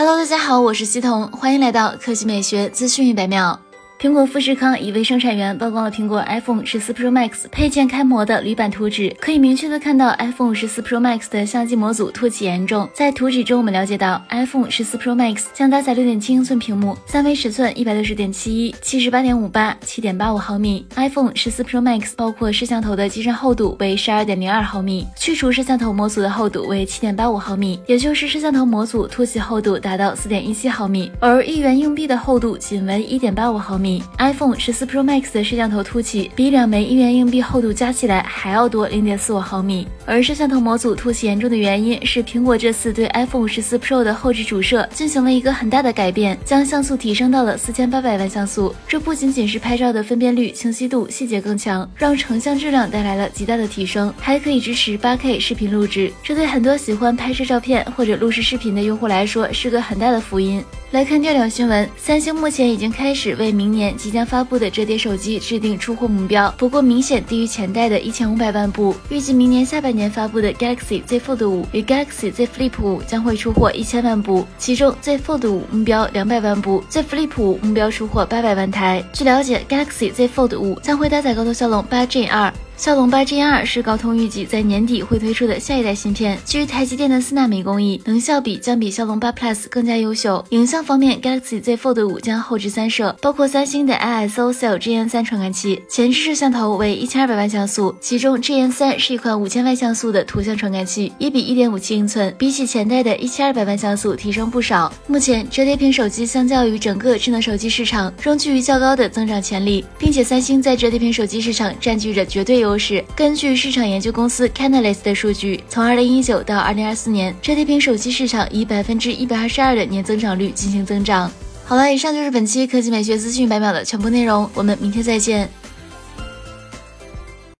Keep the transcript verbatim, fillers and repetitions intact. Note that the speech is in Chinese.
Hello， 大家好，我是西彤，欢迎来到科技美学资讯一百秒。苹果富士康一位生产员曝光了苹果 iPhone 十四 Pro Max 配件开模的铝板图纸，可以明确的看到 iPhone 十四 Pro Max 的相机模组凸起严重。在图纸中，我们了解到 iPhone 十四 Pro Max 将搭载 六点七英寸屏幕，三维尺寸 一百六十点七一、七十八点五八、七点八五毫米。iPhone 十四 Pro Max 包括摄像头的机身厚度为 十二点零二毫米，去除摄像头模组的厚度为 七点八五毫米，也就是摄像头模组凸起厚度达到 四点一七毫米，而一元硬币的厚度仅为 一点八五毫米。iPhone 十四 Pro Max 的摄像头凸起比两枚一元硬币厚度加起来还要多 零点四五毫米，而摄像头模组凸起严重的原因是苹果这次对 iPhone 十四 Pro 的后置主摄进行了一个很大的改变，将像素提升到了四千八百万像素。这不仅仅是拍照的分辨率、清晰度、细节更强，让成像质量带来了极大的提升，还可以支持 八K 视频录制，这对很多喜欢拍摄照片或者录制视频的用户来说是个很大的福音。来看第二条新闻，三星目前已经开始为明年即将发布的折叠手机制定出货目标，不过明显低于前代的一千五百万部。预计明年下半年发布的 Galaxy Z Fold 五与 Galaxy Z Flip 五将会出货一千万部，其中 Z Fold 五目标两百万部， Z Flip 五目标出货八百万台。据了解， Galaxy Z Fold 五将会搭载高通骁龙八 Gen 二。骁龙八 Gen 二是高通预计在年底会推出的下一代芯片，基于台积电的四纳米工艺，能效比将比骁龙八 Plus 更加优秀。影像方面 ，Galaxy Z Fold 五将后置三摄，包括三星的 I S O Cell G N 三传感器，前置摄像头为一千二百万像素，其中 G N 三是一款五千万像素的图像传感器，一比 一点五七英寸，比起前代的一千二百万像素提升不少。目前折叠屏手机相较于整个智能手机市场仍具于较高的增长潜力，并且三星在折叠屏手机市场占据着绝对优势。根据市场研究公司 Canalys 的数据，从二零一九到二零二四年，折叠屏手机市场以百分之一百二十二的年增长率进行增长。好了，以上就是本期科技美学资讯百秒的全部内容，我们明天再见。